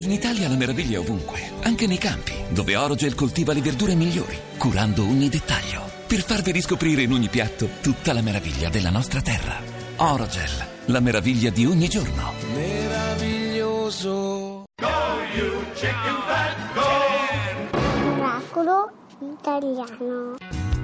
In Italia la meraviglia è ovunque, anche nei campi, dove Orogel coltiva le verdure migliori, curando ogni dettaglio, per farvi riscoprire in ogni piatto tutta la meraviglia della nostra terra. Orogel, la meraviglia di ogni giorno. Meraviglioso. Go you chicken fat, go! Oracolo italiano.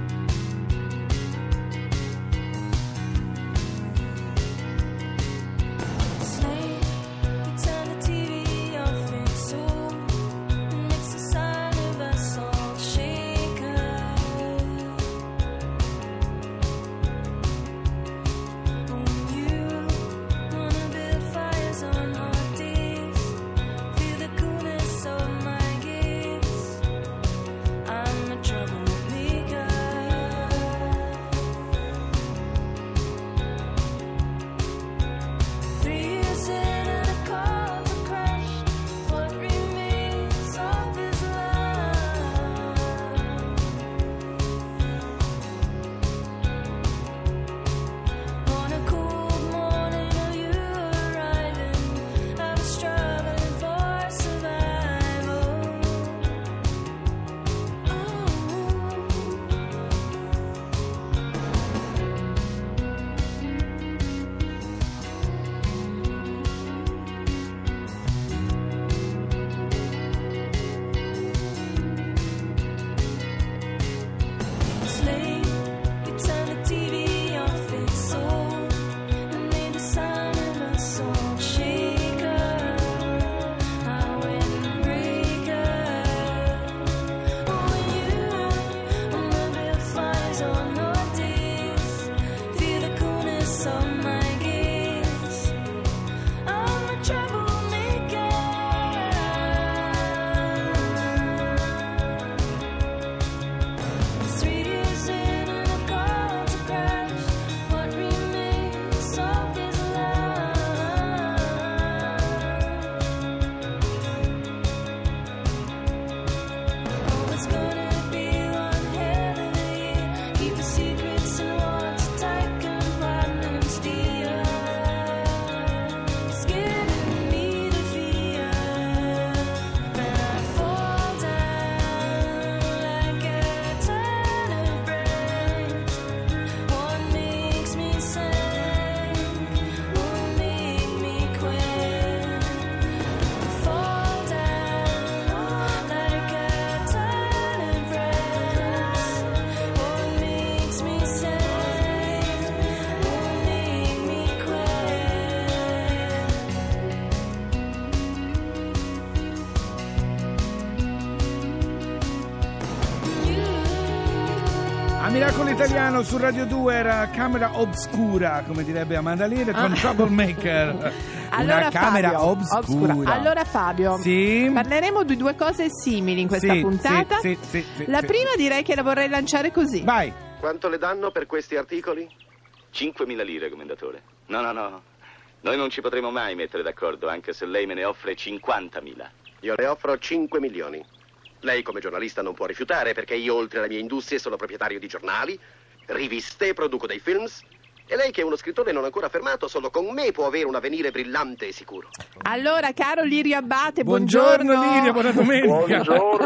A Miracolo Italiano su Radio 2 era Camera Obscura, come direbbe Amanda Lear, con Troublemaker. Allora, una camera Fabio, obscura. Allora Fabio, sì? parleremo di due cose simili in questa puntata. Sì, la prima direi che la vorrei lanciare così. Vai. Quanto le danno per questi articoli? 5.000 lire, commendatore. No. Noi non ci potremo mai mettere d'accordo, anche se lei me ne offre 50.000. Io le offro 5 milioni. Lei come giornalista non può rifiutare, perché io oltre alle mie industrie sono proprietario di giornali, riviste, produco dei films. E lei che è uno scrittore non ancora affermato, solo con me può avere un avvenire brillante e sicuro. Allora, caro Lirio Abbate, buongiorno Lirio, buona domenica.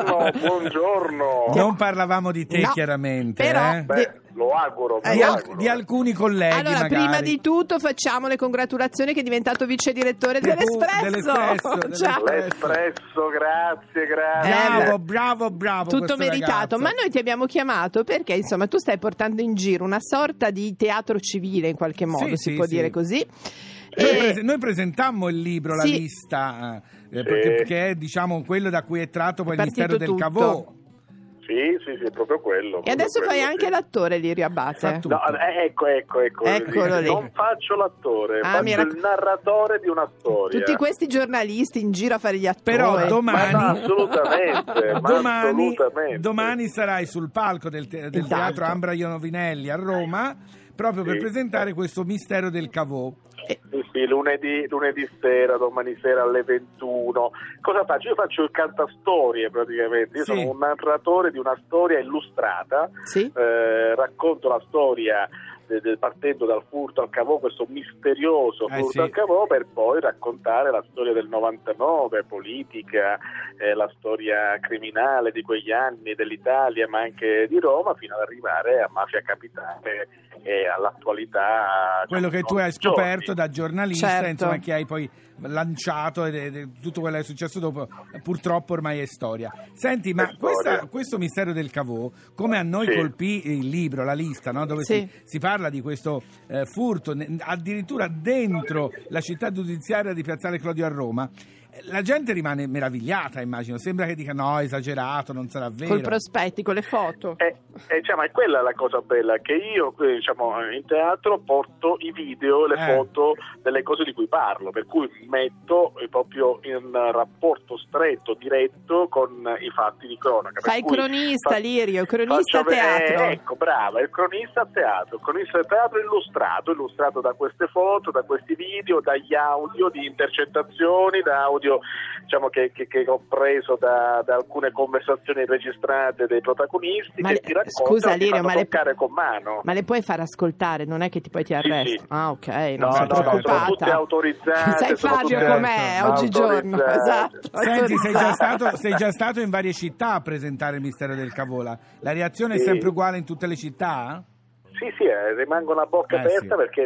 Buongiorno. Non parlavamo di te, chiaramente. Però, lo auguro. Di alcuni colleghi. Allora, magari. prima di tutto facciamo le congratulazioni che è diventato vice direttore dell'Espresso. Ciao. L'Espresso, grazie. Bravo. Tutto meritato. Ragazzo. Ma noi ti abbiamo chiamato perché, insomma, tu stai portando in giro una sorta di teatro civile, in qualche modo, si può dire così. Noi presentammo il libro, la lista, che è, diciamo, quello da cui è tratto poi il mistero del Cavò. Sì, è proprio quello. E adesso fai anche l'attore, Lirio Abbate. No, ecco. Eccolo lì. Non faccio l'attore, faccio il narratore di una storia. Tutti questi giornalisti in giro a fare gli attori. Però domani, assolutamente. Domani sarai sul palco del teatro Ambra Ionovinelli a Roma, proprio per presentare questo mistero del Cavò. Sì, lunedì sera, domani sera alle 21. Cosa faccio? Io faccio il cantastorie praticamente. Io sono un narratore di una storia illustrata. Racconto la storia partendo dal furto al Cavò, questo misterioso furto al Cavò, per poi raccontare la storia del 99, politica, la storia criminale di quegli anni dell'Italia ma anche di Roma, fino ad arrivare a Mafia Capitale e all'attualità. Quello che tu hai scoperto da giornalista, certo, insomma, che hai poi lanciato, e tutto quello che è successo dopo purtroppo ormai è storia. Senti, ma questo mistero del Cavò, come a noi colpì il libro, la lista, no? Dove si parla di questo furto addirittura dentro la città giudiziaria di Piazzale Clodio a Roma, la gente rimane meravigliata, immagino, sembra che dica no, esagerato, non sarà vero. Col prospetti, con le foto. Ma è quella la cosa bella, che io in teatro porto i video, le foto delle cose di cui parlo, per cui metto proprio in rapporto stretto, diretto con i fatti di cronaca. Fai il cronista, Lirio, cronista a teatro. Ecco, brava, il cronista a teatro, il cronista a teatro illustrato da queste foto, da questi video, dagli audio di intercettazioni, da audio che ho preso da alcune conversazioni registrate dei protagonisti, che ti raccontano, scusa, Lirio, ma toccare con mano. Ma le puoi far ascoltare, non è che ti arresti? Sì. Ah, ok, no, sono tutte autorizzate. Sai Fabio com'è oggigiorno? Esatto. Senti, sei già stato in varie città a presentare il mistero del Cavò. La reazione è sempre uguale in tutte le città? Sì, rimangono a bocca aperta, perché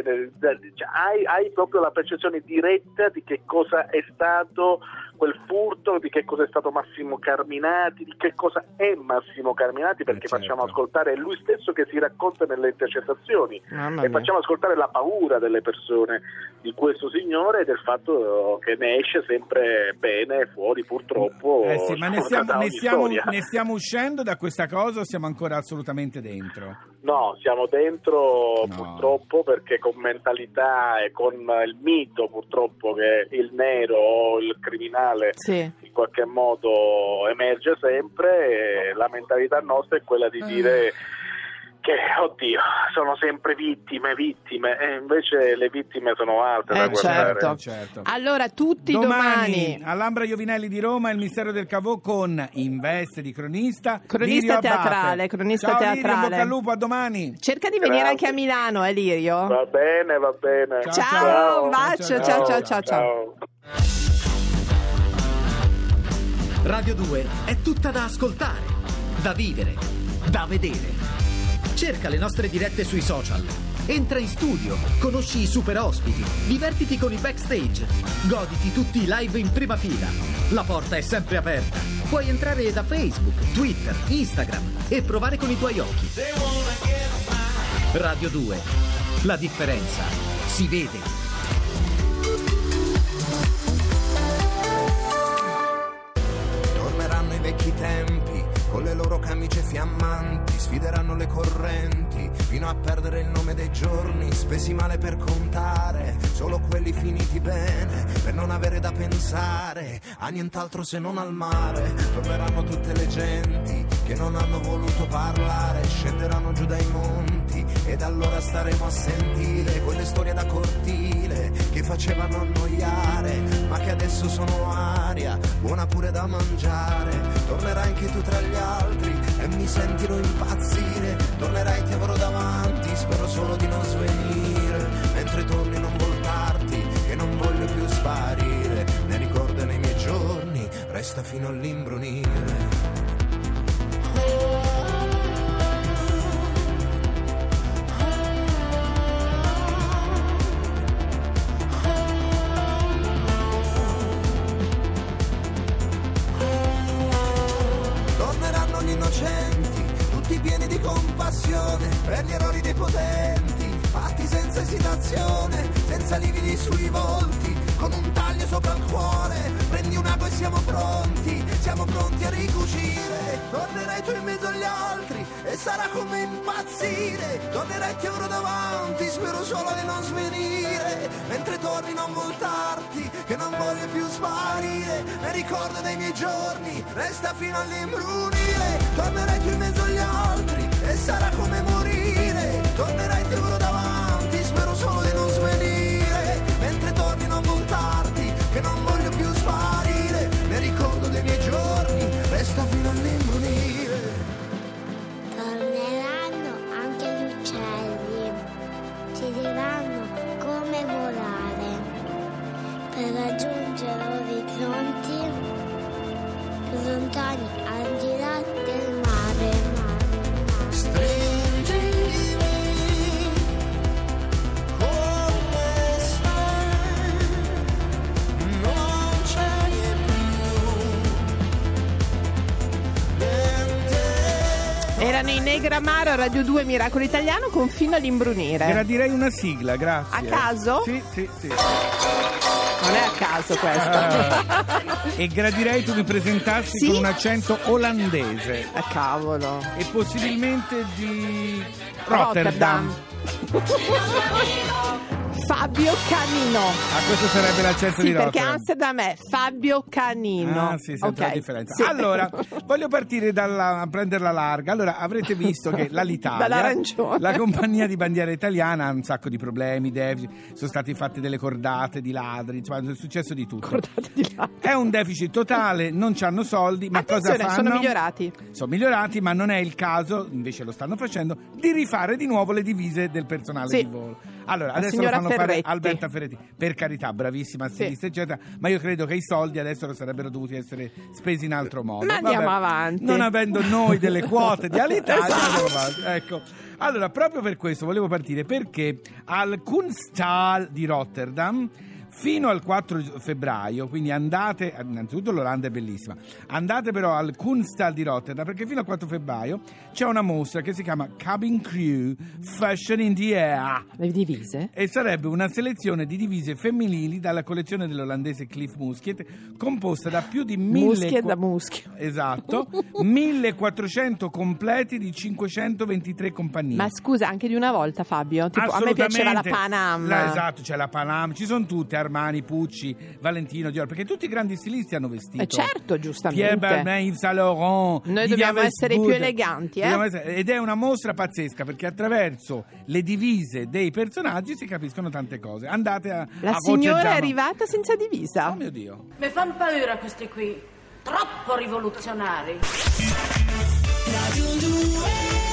hai proprio la percezione diretta di che cosa è stato quel furto, di che cosa è stato Massimo Carminati, di che cosa è Massimo Carminati, perché facciamo ascoltare, è lui stesso che si racconta nelle intercettazioni, e facciamo ascoltare la paura delle persone di questo signore e del fatto che ne esce sempre bene fuori, purtroppo. Ma ne stiamo uscendo da questa cosa o siamo ancora assolutamente dentro? No, siamo dentro purtroppo, perché con mentalità e con il mito purtroppo che il nero o il criminale in qualche modo emerge sempre, e la mentalità nostra è quella di dire che oddio, sono sempre vittime, e invece le vittime sono altre da guardare. Certo. Allora tutti domani all'Ambra Iovinelli di Roma, il mistero del Cavò con in veste di cronista teatrale. Ciao Lirio, bocca al lupo, a domani. Cerca di venire anche a Milano, Lirio. Va bene. Ciao, un bacio, ciao. Radio 2 è tutta da ascoltare, da vivere, da vedere. Cerca le nostre dirette sui social. Entra in studio, conosci i super ospiti, divertiti con i backstage, goditi tutti i live in prima fila. La porta è sempre aperta. Puoi entrare da Facebook, Twitter, Instagram e provare con i tuoi occhi. Radio 2. La differenza si vede. Torneranno i vecchi tempi, con le loro camicie fiammanti, sfideranno le correnti, fino a perdere il nome dei giorni, spesi male per contare, solo quelli finiti bene, per non avere da pensare a nient'altro se non al mare. Torneranno tutte le genti che non hanno voluto parlare, scenderanno giù dai monti, ed allora staremo a sentire quelle storie da cortile che facevano annoiare, ma che adesso sono aria buona pure da mangiare. Tornerai anche tu tra gli altri e mi sentirò impazzire, tornerai, ti avrò davanti, spero solo di non svenire, mentre torni non voltarti, che non voglio più sparire, ne ricordo nei miei giorni, resta fino all'imbrunire. Tutti pieni di compassione per gli errori dei potenti, fatti senza esitazione, senza lividi sui volti, con un taglio sopra il cuore. Prendi un ago e siamo pronti a ricucire. Tornerai tu in mezzo agli altri e sarà come impazzire, tornerai, ti avrò davanti, spero solo di non svenire, mentre torni non voltarti, che non voglio più sparire, ne ricordo dei miei giorni, resta fino all'imbrunire. Tornerai tu in mezzo agli altri e sarà come morire, tornerai, ti avrò davanti, spero solo di non svenire, mentre torni non voltarti, che non voglio più sparire, ne ricordo dei miei giorni, resta fino all'imbrunire. Torneranno anche gli uccelli. lontani al di là del mare. Erano i Negramaro a Radio 2 Miracolo Italiano con Fino all'imbrunire. Gradirei una sigla, grazie. A caso? Sì. Non è a caso questo. E gradirei tu mi presentassi con un accento olandese. Cavolo. E possibilmente di Rotterdam. Fabio Canino. Questo sarebbe l'accento di Rotterdam. Perché Amsterdam è Fabio Canino. Sì, sento la differenza. Sì. Allora, voglio partire a prenderla larga. Allora, avrete visto che l'Alitalia, la compagnia di bandiera italiana, ha un sacco di problemi, deficit, sono stati fatti delle cordate di ladri, insomma, è successo di tutto. Cordate di ladri. È un deficit totale, non c'hanno soldi, ma attenzione, cosa fanno? Sono migliorati, ma non è il caso, invece lo stanno facendo, di rifare di nuovo le divise del personale di volo. Allora, adesso lo fanno fare Alberta Ferretti, per carità, bravissima stilista, eccetera, ma io credo che i soldi adesso sarebbero dovuti essere spesi in altro modo. Ma andiamo avanti. Non avendo noi delle quote di Alitalia, andiamo avanti. Ecco. Allora, proprio per questo volevo partire, perché al Kunsthal di Rotterdam fino al 4 febbraio, quindi andate, innanzitutto l'Olanda è bellissima, andate però al Kunsthal di Rotterdam, perché fino al 4 febbraio c'è una mostra che si chiama Cabin Crew Fashion in the Air. Le divise? E sarebbe una selezione di divise femminili dalla collezione dell'olandese Cliff Musket, composta da più di 1000 da muschio. Esatto, 1400 completi di 523 compagnie. Ma scusa, anche di una volta, Fabio? Tipo, a me piaceva la Panam. Esatto, c'è la Panam, ci sono tutte, Armani, Pucci, Valentino, Dior, perché tutti i grandi stilisti hanno vestito. Certo, giustamente. Pierre Balmain, Yves Saint Laurent. Noi dobbiamo essere i più eleganti, ed è una mostra pazzesca, perché attraverso le divise dei personaggi si capiscono tante cose. Andate a La signora è arrivata senza divisa. Oh mio Dio. Mi fanno paura questi qui, troppo rivoluzionari. Radio 2